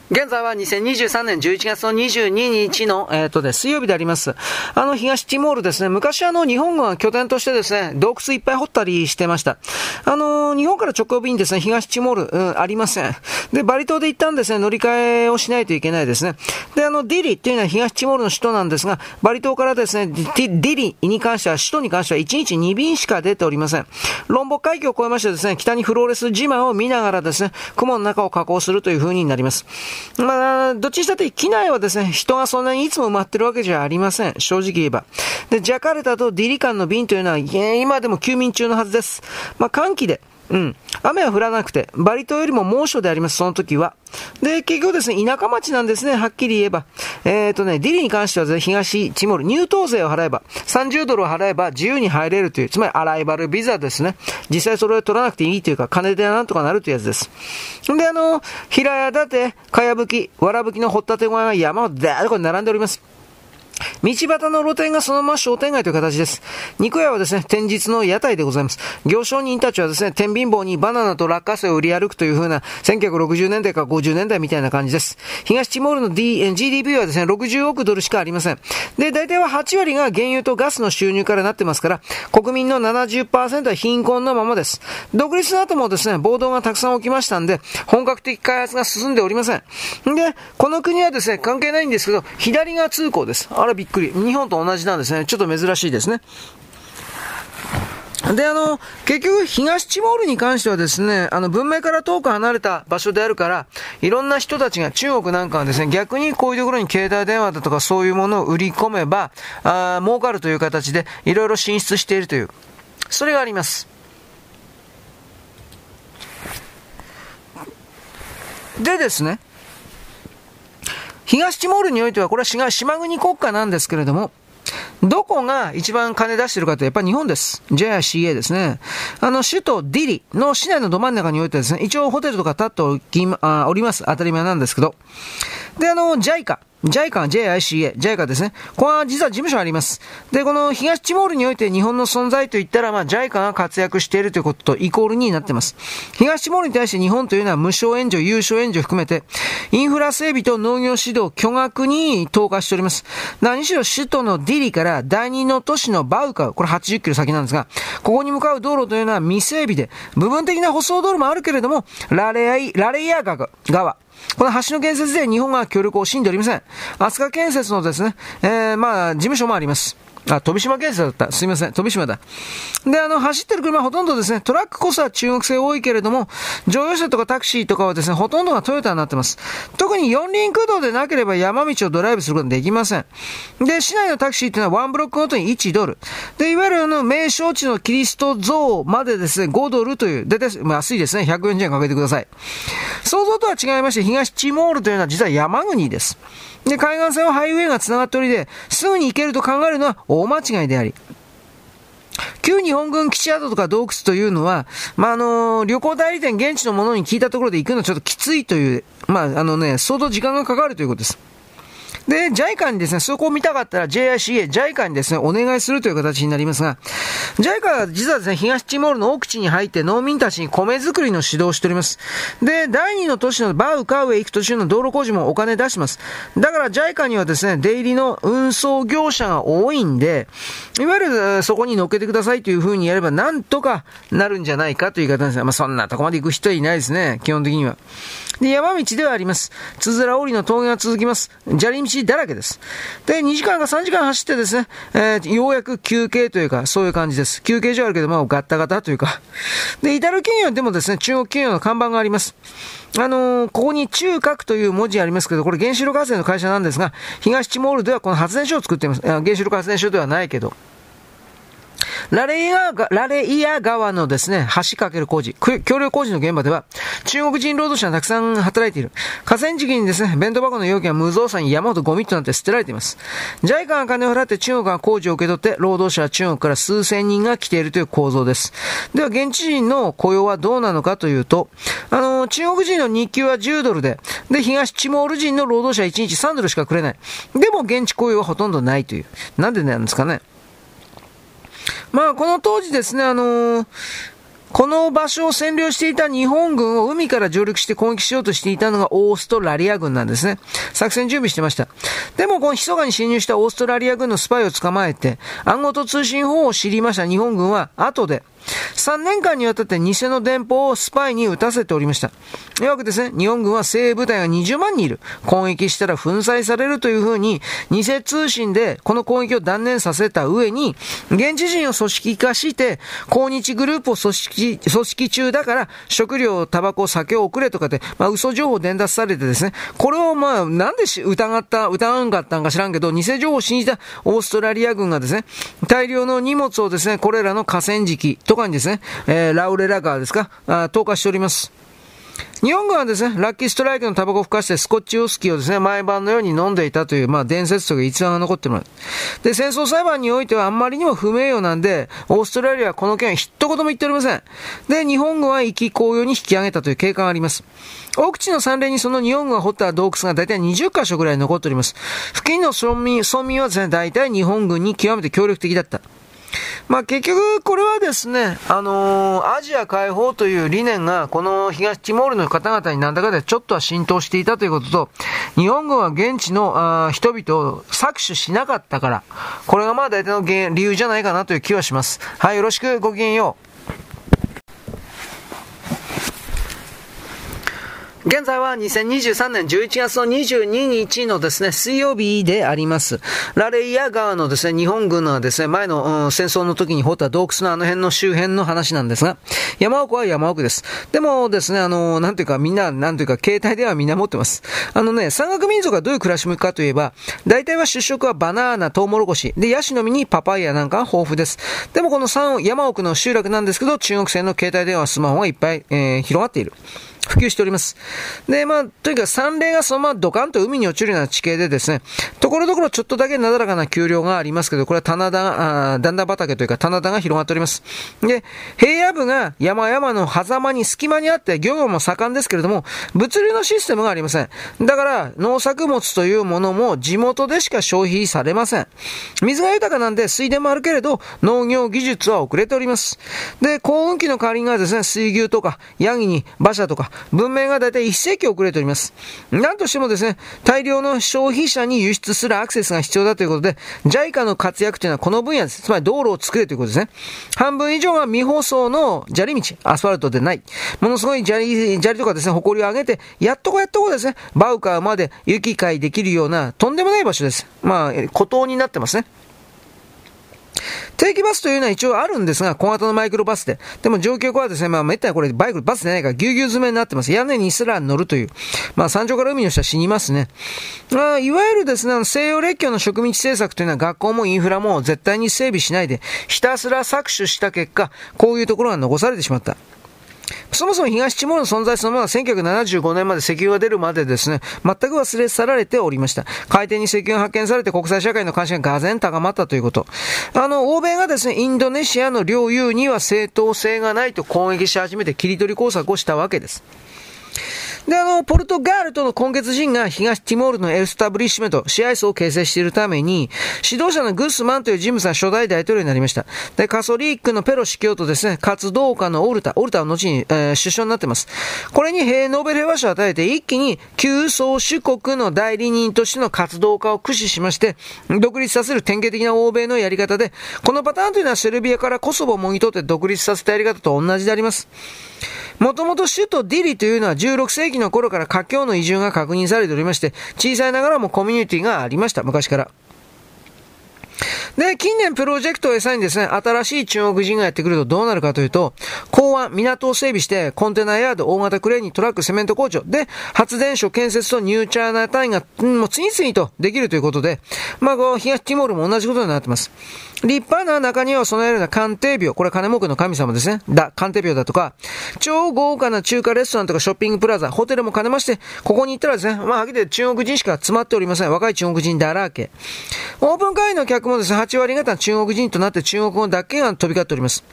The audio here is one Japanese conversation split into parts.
現在は2023年11月の22日の、水曜日であります。東ティモールですね。昔日本が拠点としてですね、洞窟いっぱい掘ったりしてました。日本から直行便ですね、東ティモール、ありません。で、バリ島で一旦ですね、乗り換えをしないといけないですね。で、ディリっていうのは東ティモールの首都なんですが、バリ島からですね、ディリに関しては、首都に関しては1日2便しか出ておりません。ロンボ海峡を越えましてですね、北にフローレス島を見ながらですね、雲の中を下降するという風になります。どっちにしたって機内はですね、人がそんなにいつも埋まってるわけじゃありません。正直言えば。で、ジャカルタとディリ間の便というのは、今でも休眠中のはずです。寒気で、雨は降らなくて、バリ島よりも猛暑であります、その時は。で、結局ですね、田舎町なんですね、はっきり言えば。ディリに関してはですね、東ティモール、入島税を払えば、30ドルを払えば自由に入れるという、つまりアライバルビザですね。実際それを取らなくていいというか、金でなんとかなるというやつです。で、平屋建て、かやぶき、わらぶきの掘ったて小屋が山をダーッとこに並んでおります。道端の露店がそのまま商店街という形です。肉屋はですね、天日の屋台でございます。行商人たちはですね、天秤棒にバナナと落花生を売り歩くという風な、1960年代か50年代みたいな感じです。東ティモールの、GDP はですね、60億ドルしかありません。で、大体は8割が原油とガスの収入からなってますから、国民の 70% は貧困のままです。独立の後もですね、暴動がたくさん起きましたんで、本格的開発が進んでおりません。で、この国はですね、関係ないんですけど、左が通行です。あらびっくり。日本と同じなんですね。ちょっと珍しいですね。で、結局、東ティモールに関してはですね、文明から遠く離れた場所であるから、いろんな人たちが、中国なんかはですね、逆にこういうところに携帯電話だとかそういうものを売り込めば、儲かるという形で、いろいろ進出しているという、それがあります。でですね、東ティモールにおいては、これは島国国家なんですけれども、どこが一番金出してるかとやっぱり日本です。JICA ですね。首都ディリの市内のど真ん中においてですね、一応ホテルとか建っております。当たり前なんですけど。で、JICA ですね。これは実は事務所あります。で、この東ティモールにおいて日本の存在といったら、JICA が活躍しているということとイコールになっています。東ティモールに対して日本というのは無償援助、有償援助を含めて、インフラ整備と農業指導、巨額に投下しております。何しろ首都のディリから第二の都市のバウカウ、これ80キロ先なんですが、ここに向かう道路というのは未整備で、部分的な舗装道路もあるけれども、ラレイヤ川、この橋の建設で日本が協力を惜しんでおりません。飛鳥建設のですね、事務所もあります。飛島建設だった。すいません。飛島だ。で、走ってる車はほとんどですね、トラックこそは中国製多いけれども、乗用車とかタクシーとかはですね、ほとんどがトヨタになってます。特に四輪駆動でなければ山道をドライブすることができません。で、市内のタクシーっていうのはワンブロックごとに1ドル。で、いわゆる名勝地のキリスト像までですね、5ドルという、で、安いですね。140円かけてください。想像とは違いまして、東ティモールというのは実は山国です。で、海岸線はハイウェイが繋がっておりで、すぐに行けると考えるのは大間違いであり、旧日本軍基地跡とか洞窟というのは、旅行代理店現地のものに聞いたところで行くのはちょっときついという、相当時間がかかるということです。で、JICA にですね、そこを見たかったら JICA にですね、お願いするという形になりますが、JICA は実はですね、東ティモールの奥地に入って農民たちに米作りの指導をしております。で、第二の都市のバウカウへ行く途中の道路工事もお金出します。だから JICA にはですね、出入りの運送業者が多いんで、いわゆるそこに乗っけてくださいという風にやればなんとかなるんじゃないかという言い方ですが、そんなとこまで行く人はいないですね、基本的には。で、山道ではあります。つづら折りの峠が続きます。砂利道だらけです。で、2時間か3時間走ってですね、ようやく休憩というか、そういう感じです。休憩所あるけど、ガッタガタというか。で、イタリア企業でもですね、中国企業の看板があります。ここに中核という文字ありますけど、これ原子力発電の会社なんですが、東ティモールではこの発電所を作っています。原子力発電所ではないけど。ラレイヤ川のですね、橋架ける工事、橋梁工事の現場では、中国人労働者がたくさん働いている。河川敷にですね、弁当箱の容器が無造作に山ほどゴミとなって捨てられています。JICA が金を払って中国が工事を受け取って、労働者は中国から数千人が来ているという構造です。では、現地人の雇用はどうなのかというと、中国人の日給は10ドルで、東ティモール人の労働者は1日3ドルしかくれない。でも、現地雇用はほとんどないという。なんでなんですかね。この当時ですね、 この場所を占領していた日本軍を海から上陸して攻撃しようとしていたのがオーストラリア軍なんですね。作戦準備してました。でもこの密かに侵入したオーストラリア軍のスパイを捕まえて、暗号と通信法を知りました日本軍は後で、3年間にわたって偽の電報をスパイに打たせておりました。というわけですね、日本軍は精鋭部隊が20万人いる。攻撃したら粉砕されるというふうに、偽通信でこの攻撃を断念させた上に、現地人を組織化して、抗日グループを組織中だから、食料、タバコ、酒を送れとかで、嘘情報を伝達されてですね、これをなんで疑わんかったんか知らんけど、偽情報を信じたオーストラリア軍がですね、大量の荷物をですね、これらの河川敷とかにですね、ラウレラ川ですか、投下しております。日本軍はですね、ラッキーストライクのタバコを吹かしてスコッチウイスキーをですね、毎晩のように飲んでいたという、伝説というか逸話が残ってます。で、戦争裁判においてはあんまりにも不名誉なんで、オーストラリアはこの件は一言も言っておりません。で、日本軍は意気揚々に引き上げたという経過があります。奥地の山嶺にその日本軍が掘った洞窟が大体20カ所ぐらい残っております。付近の村民はですね、大体日本軍に極めて協力的だった。結局、これはですね、アジア解放という理念が、この東ティモールの方々になんだかでちょっとは浸透していたということと、日本軍は現地の人々を搾取しなかったから、これが大体の理由じゃないかなという気はします。はい、よろしく、ごきげんよう。現在は2023年11月の22日のですね、水曜日であります。ラレイア川のですね、日本軍のですね、前の、戦争の時に掘った洞窟のあの辺の周辺の話なんですが、山奥は山奥です。でもですね、なんていうかみんな、携帯電話みんな持ってます。山岳民族がどういう暮らし向きかといえば、大体は主食はバナナ、トウモロコシ、で、ヤシの実にパパイヤなんかが豊富です。でもこの山奥の集落なんですけど、中国製の携帯電話、スマホがいっぱい、広がっている。普及しております。で、とにかく山嶺がそのままドカンと海に落ちるような地形でですね、ところどころちょっとだけなだらかな丘陵がありますけど、これは段々畑というか棚田が広がっております。で、平野部が山々の狭間に隙間にあって漁業も盛んですけれども、物流のシステムがありません。だから農作物というものも地元でしか消費されません。水が豊かなんで水田もあるけれど、農業技術は遅れております。で、耕運機の代わりがですね、水牛とかヤギに馬車とか、文明がだいたい1世紀遅れております。なんとしてもですね、大量の消費者に輸出するアクセスが必要だということで、JICA の活躍というのはこの分野です。つまり道路を作れということですね。半分以上が未舗装の砂利道、アスファルトでない。ものすごい砂利とかですね、埃を上げて、やっとこですね、バウカーまで行き来できるような、とんでもない場所です。孤島になってますね。定期バスというのは一応あるんですが、小型のマイクロバスで。でも乗客はですね、めったにこれバスでないからぎゅうぎゅう詰めになってます。屋根にすら乗るという。山頂から海の下は死にますね。いわゆるですね、西洋列強の植民地政策というのは学校もインフラも絶対に整備しないで、ひたすら搾取した結果、こういうところが残されてしまった。そもそも東ティモールの存在そのものは1975年まで石油が出るまでですね、全く忘れ去られておりました。海底に石油が発見されて国際社会の関心ががぜん高まったということ。欧米がですね、インドネシアの領有には正当性がないと攻撃し始めて切り取り工作をしたわけです。で、ポルトガールとの混血人が東ティモールのエスタブリッシュメント、支配層を形成しているために、指導者のグスマンという人物が初代大統領になりました。で、カソリックのペロ司教とですね、活動家のオルタは後に、首相になっています。これにノーベル平和賞を与えて、一気に旧宗主国の代理人としての活動家を駆使しまして、独立させる典型的な欧米のやり方で、このパターンというのはセルビアからコソボをもぎ取って独立させたやり方と同じであります。もともと首都ディリというのは16世紀の頃から華僑の移住が確認されておりまして、小さいながらもコミュニティがありました、昔から。で、近年プロジェクトを餌にですね、新しい中国人がやってくるとどうなるかというと、港湾、港を整備して、コンテナヤード、大型クレーンにトラック、セメント工場で、発電所建設とニューチャーナ単位が、もう次々とできるということで、東ティモールも同じことになっています。立派な中には備えるような鑑定廟、これは金儲けの神様ですね。鑑定廟だとか、超豪華な中華レストランとかショッピングプラザ、ホテルも兼ねまして、ここに行ったらですね、はっきり言って中国人しか詰まっておりません。若い中国人だらけ。オープン会の客もですね、8割方中国人となって中国語だけが飛び交っております。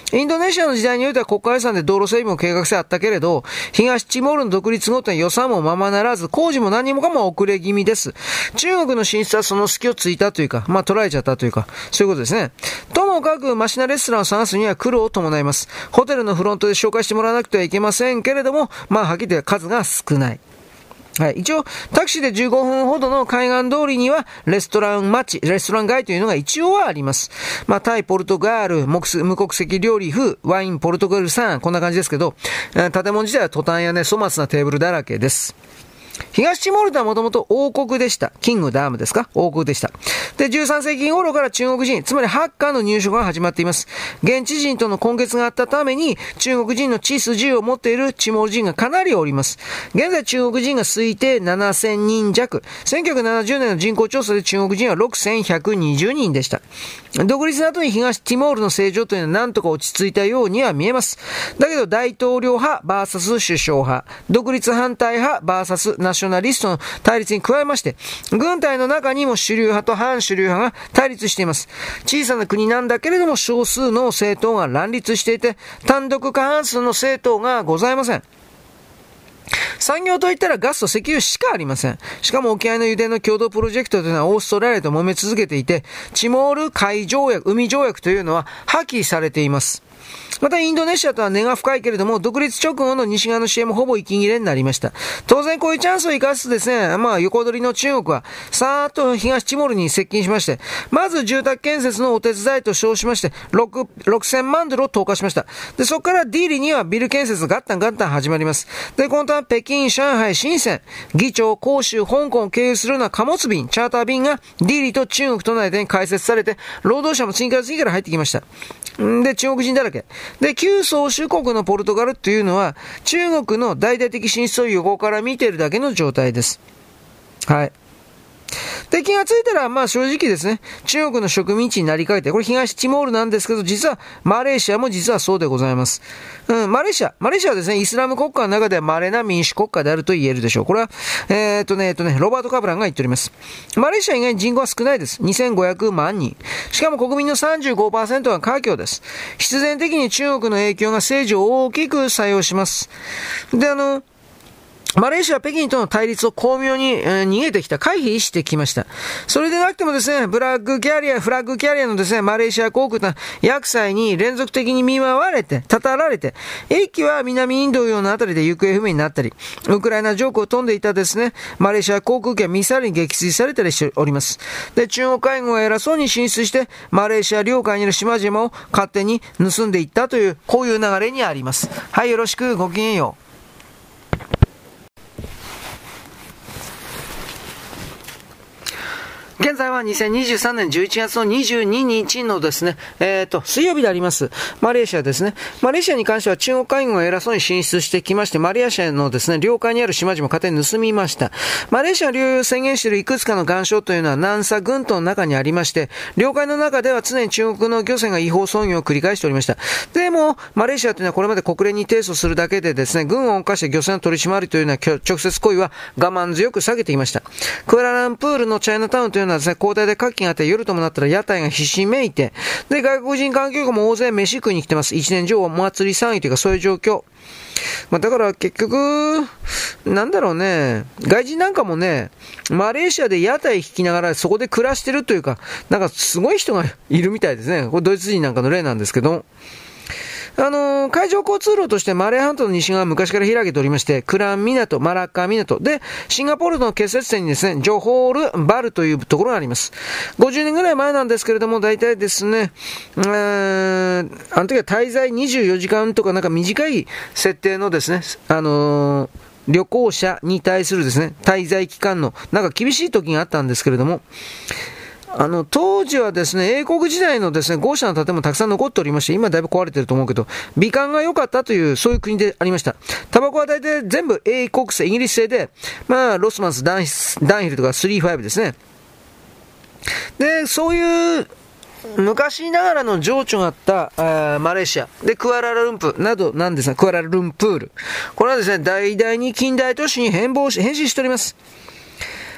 インドネシアの時代においては国家予算で道路整備も計画性あったけれど、東ティモールの独立後とは予算もままならず、工事も何もかも遅れ気味です。中国の進出はその隙をついたというか、捉えちゃったというか、そういうことですね。ともかくマシなレストランを探すには苦労を伴います。ホテルのフロントで紹介してもらわなくてはいけませんけれども、はっきり言って数が少ない。はい。一応、タクシーで15分ほどの海岸通りには、レストラン街というのが一応はあります。タイ、ポルトガール、無国籍料理風、ワイン、ポルトガル産、こんな感じですけど、建物自体はトタンやね、粗末なテーブルだらけです。東ティモールとはもともと王国でした。キングダムですか？王国でした。で、13世紀頃から中国人、つまりハッカーの入植が始まっています。現地人との根結があったために、中国人の血筋を持っているティモール人がかなりおります。現在中国人が推定7000人弱。1970年の人口調査で中国人は6120人でした。独立の後に東ティモールの政情というのはなんとか落ち着いたようには見えます。だけど大統領派 vs 首相派、独立反対派 vs ナショナリストの対立に加えまして、軍隊の中にも主流派と反主流派が対立しています。小さな国なんだけれども少数の政党が乱立していて、単独過半数の政党がございません。産業といったらガスと石油しかありません。しかも沖合の油田の共同プロジェクトというのはオーストラリアと揉め続けていて、ティモール海条約、海条約というのは破棄されています。またインドネシアとは根が深いけれども、独立直後の西側の支援もほぼ息切れになりました。当然こういうチャンスを生かすですね、横取りの中国は、さーっと東ティモールに接近しまして、まず住宅建設のお手伝いと称しまして、6000万ドルを投下しました。で、そこからディーリにはビル建設ガッタン始まります。で、今度は北京、上海、深セン、議長、広州、香港を経由するような貨物便、チャーター便がディーリと中国との間に開設されて、労働者も次から入ってきました。で、中国人だらけ。で、旧宗主国のポルトガルっていうのは、中国の大々的進出を横から見ているだけの状態です。はい。で、気がついたら、正直ですね、中国の植民地になりかけて、これ東ティモールなんですけど、実は、マレーシアも実はそうでございます。マレーシアはですね、イスラム国家の中では稀な民主国家であると言えるでしょう。これは、ロバート・カブランが言っております。マレーシア以外に人口は少ないです。2500万人。しかも国民の 35% は華僑です。必然的に中国の影響が政治を大きく作用します。で、マレーシアは北京との対立を巧妙に、逃げてきた、回避してきました。それでなくてもですね、フラッグキャリアのですね、マレーシア航空と厄災に連続的に見舞われて、たたられて、一機は南インド洋のあたりで行方不明になったり、ウクライナ上空を飛んでいたですね、マレーシア航空機はミサイルに撃墜されたりしております。で、中国海軍が偉そうに進出して、マレーシア領海にいる島々を勝手に盗んでいったという、こういう流れにあります。はい、よろしく、ごきげんよう。現在は2023年11月の22日のですね、水曜日であります。マレーシアですね。マレーシアに関しては中国海軍が偉そうに進出してきまして、マレーシアのですね、領海にある島々を勝手に盗みました。マレーシア領有を宣言しているいくつかの岩礁というのは南沙群島の中にありまして、領海の中では常に中国の漁船が違法操業を繰り返しておりました。でも、マレーシアというのはこれまで国連に提訴するだけでですね、軍を犯して漁船の取り締まりというような直接行為は我慢強く避けていました。クアラルンプールのチャイナタウンというのはですね、交代で活気があって夜ともなったら屋台がひしめいて、で、外国人観光客も大勢飯食いに来てます。一年上お祭り騒ぎというかそういう状況。だから結局、なんだろうね、外人なんかもね、マレーシアで屋台引きながらそこで暮らしてるというか、なんかすごい人がいるみたいですね。これドイツ人なんかの例なんですけど、海上交通路としてマレー半島の西側は昔から開けておりまして、クラン港、マラッカ港で、シンガポールの結節点にですね、ジョホールバルというところがあります。50年ぐらい前なんですけれども、大体ですね、あの時は滞在24時間とかなんか短い設定のですね、旅行者に対するですね、滞在期間の、なんか厳しい時があったんですけれども、当時はですね、英国時代のですね、豪奢な建物たくさん残っておりまして、今だいぶ壊れてると思うけど、美観が良かったという、そういう国でありました。タバコは大体全部英国製、イギリス製で、ロスマンス、ダンヒルとか35ですね。で、そういう、昔ながらの情緒があったマレーシアでクアラルンプなどなんですが、クアラルンプール。これはですね、大々に近代都市に変身しております。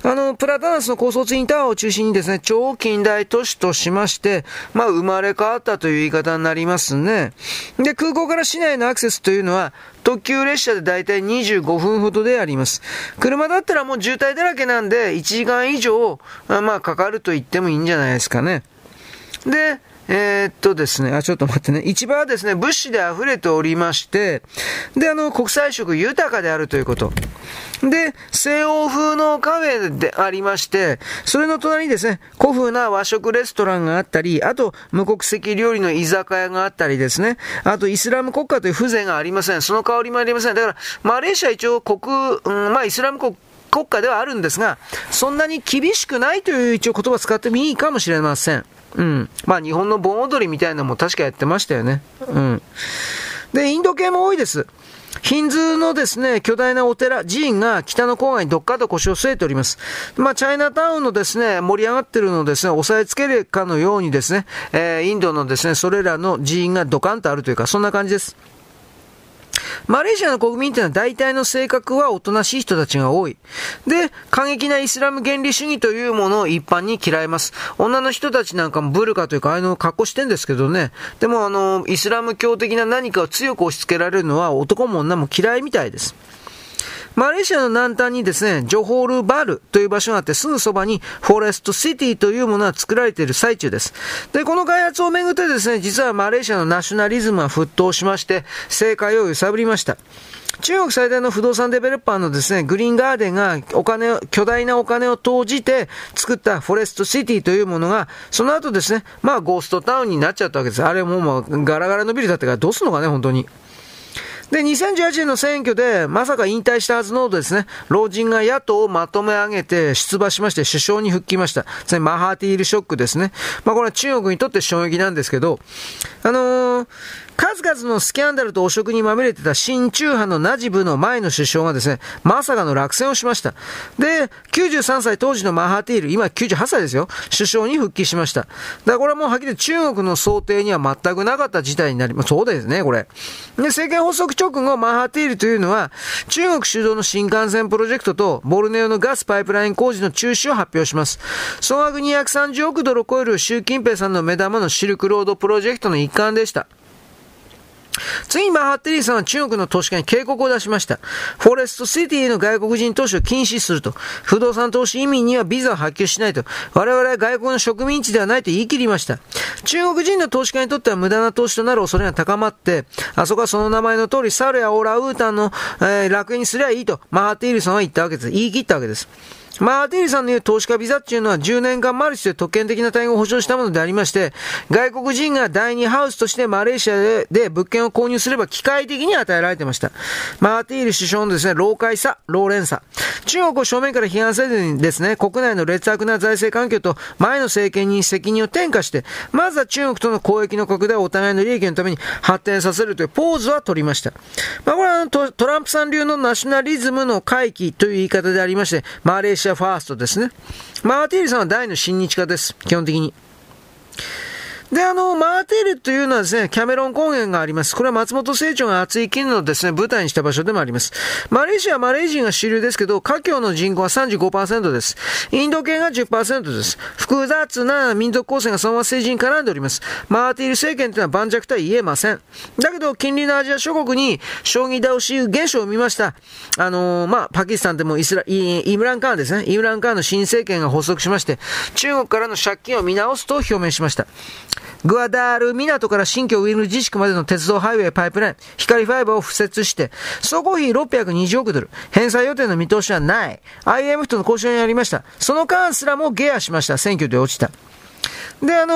プラタナスの高層ツインタワーを中心にですね、超近代都市としまして、生まれ変わったという言い方になりますね。で、空港から市内のアクセスというのは、特急列車でだいたい25分ほどであります。車だったらもう渋滞だらけなんで、1時間以上、かかると言ってもいいんじゃないですかね。で、ですね、ちょっと待ってね。市場はですね、物資で溢れておりまして、で、国際色豊かであるということ。で、西欧風のカフェでありまして、それの隣にですね、古風な和食レストランがあったり、あと、無国籍料理の居酒屋があったりですね、あと、イスラム国家という風情がありません。その香りもありません。だから、マレーシア一応イスラム国家ではあるんですが、そんなに厳しくないという一応言葉を使ってもいいかもしれません。日本の盆踊りみたいなのも確かやってましたよね。で、インド系も多いです。ヒンズーのですね、巨大なお寺、寺院が北の郊外にどっかと腰を据えております。チャイナタウンのですね、盛り上がってるのをですね、押さえつけるかのようにですね、インドのですね、それらの寺院がドカンとあるというか、そんな感じです。マレーシアの国民というのは大体の性格はおとなしい人たちが多い。で、過激なイスラム原理主義というものを一般に嫌います。女の人たちなんかもブルカというかああいうのを格好してんですけどね。でもイスラム教的な何かを強く押し付けられるのは男も女も嫌いみたいです。マレーシアの南端にですね、ジョホールバルという場所があって、すぐそばにフォレストシティというものが作られている最中です。で、この開発をめぐってですね、実はマレーシアのナショナリズムは沸騰しまして、政界を揺さぶりました。中国最大の不動産デベロッパーのですね、グリーンガーデンが巨大なお金を投じて作ったフォレストシティというものが、その後ですね、ゴーストタウンになっちゃったわけです。あれもうガラガラのビルだってからどうすんのかね、本当に。で、2018年の選挙で、まさか引退したはずのですね、老人が野党をまとめ上げて出馬しまして首相に復帰ました。つまりマハティールショックですね。これは中国にとって衝撃なんですけど、数々のスキャンダルと汚職にまみれてた親中派のナジブの前の首相がですね、まさかの落選をしました。で、93歳当時のマハティール、今98歳ですよ、首相に復帰しました。だからこれはもうはっきり中国の想定には全くなかった事態になります。そうですね、これ。で、政権発足直後、マハティールというのは、中国主導の新幹線プロジェクトと、ボルネオのガスパイプライン工事の中止を発表します。総額230億ドルを超える習近平さんの目玉のシルクロードプロジェクトの一環でした。次にマハティールさんは中国の投資家に警告を出しました。フォレストシティへの外国人投資を禁止すると。不動産投資移民にはビザを発給しないと。我々は外国の植民地ではないと言い切りました。中国人の投資家にとっては無駄な投資となる恐れが高まって、あそこはその名前の通りサルやオラウータンの、楽園にすりゃいいとマハティールさんは言ったわけです。言い切ったわけです。マハティールさんの言う投資家ビザっていうのは10年間マルチで特権的な待遇を保障したものでありまして、外国人が第二ハウスとしてマレーシアで物件を購入すれば機械的に与えられていました。マハティール首相のですね、老練さ。中国を正面から批判せずにですね、国内の劣悪な財政環境と前の政権に責任を転嫁して、まずは中国との交易の拡大をお互いの利益のために発展させるというポーズは取りました。これはトランプさん流のナショナリズムの回帰という言い方でありまして、マレーシアファーストですね。マハティールさんは大の親日家です。基本的に。で、マハティールというのはですね、キャメロン高原があります。これは松本清張が熱い絹のですね、舞台にした場所でもあります。マレーシアはマレー人が主流ですけど、華僑の人口は 35% です。インド系が 10% です。複雑な民族構成がそのまま政治に絡んでおります。マハティール政権というのは盤石とは言えません。だけど、近隣のアジア諸国に将棋倒し現象を見ました。パキスタンでもイムランカーンですね。イムランカーンの新政権が発足しまして、中国からの借金を見直すと表明しました。グアダール港から新疆ウイグル自治区までの鉄道ハイウェイパイプライン、光ファイバーを敷設して、総合費620億ドル、返済予定の見通しはない。IMF との交渉にありました。その間すらもゲアしました。選挙で落ちた。で、ゲア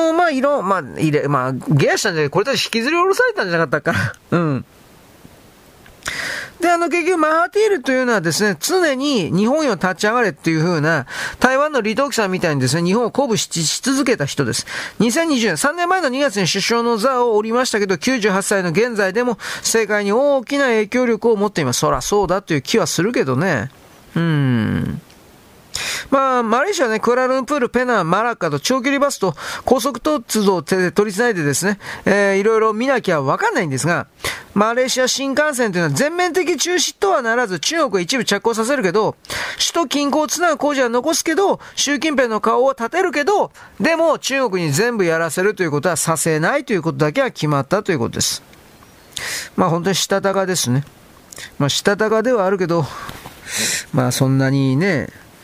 したんじゃない、これたち引きずり下ろされたんじゃなかったかな。うん。で、結局、マハティールというのはですね、常に日本よ立ち上がれっていう風な、台湾の李登輝さんみたいにですね、日本を鼓舞し続けた人です。2020年、3年前の2月に首相の座を降りましたけど、98歳の現在でも、世界に大きな影響力を持っています。そらそうだという気はするけどね。 まあ、マレーシアはね、クアラルンプール、ペナン、マラッカと長距離バスと高速鉄道を取り繋いでですね、いろいろ見なきゃわかんないんですが、マレーシア新幹線というのは全面的中止とはならず、中国は一部着工させるけど、首都近郊をつなぐ工事は残すけど、習近平の顔を立てるけど、でも中国に全部やらせるということはさせないということだけは決まったということです。まあ本当にしたたかですね。まあしたたかではあるけど、まあそんなにね、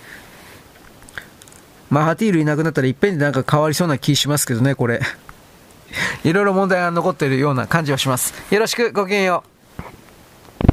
マハティールいなくなったらいっぺんでなんか変わりそうな気しますけどね、これ。いろいろ問題が残っているような感じはします。よろしく、ごきげんよう。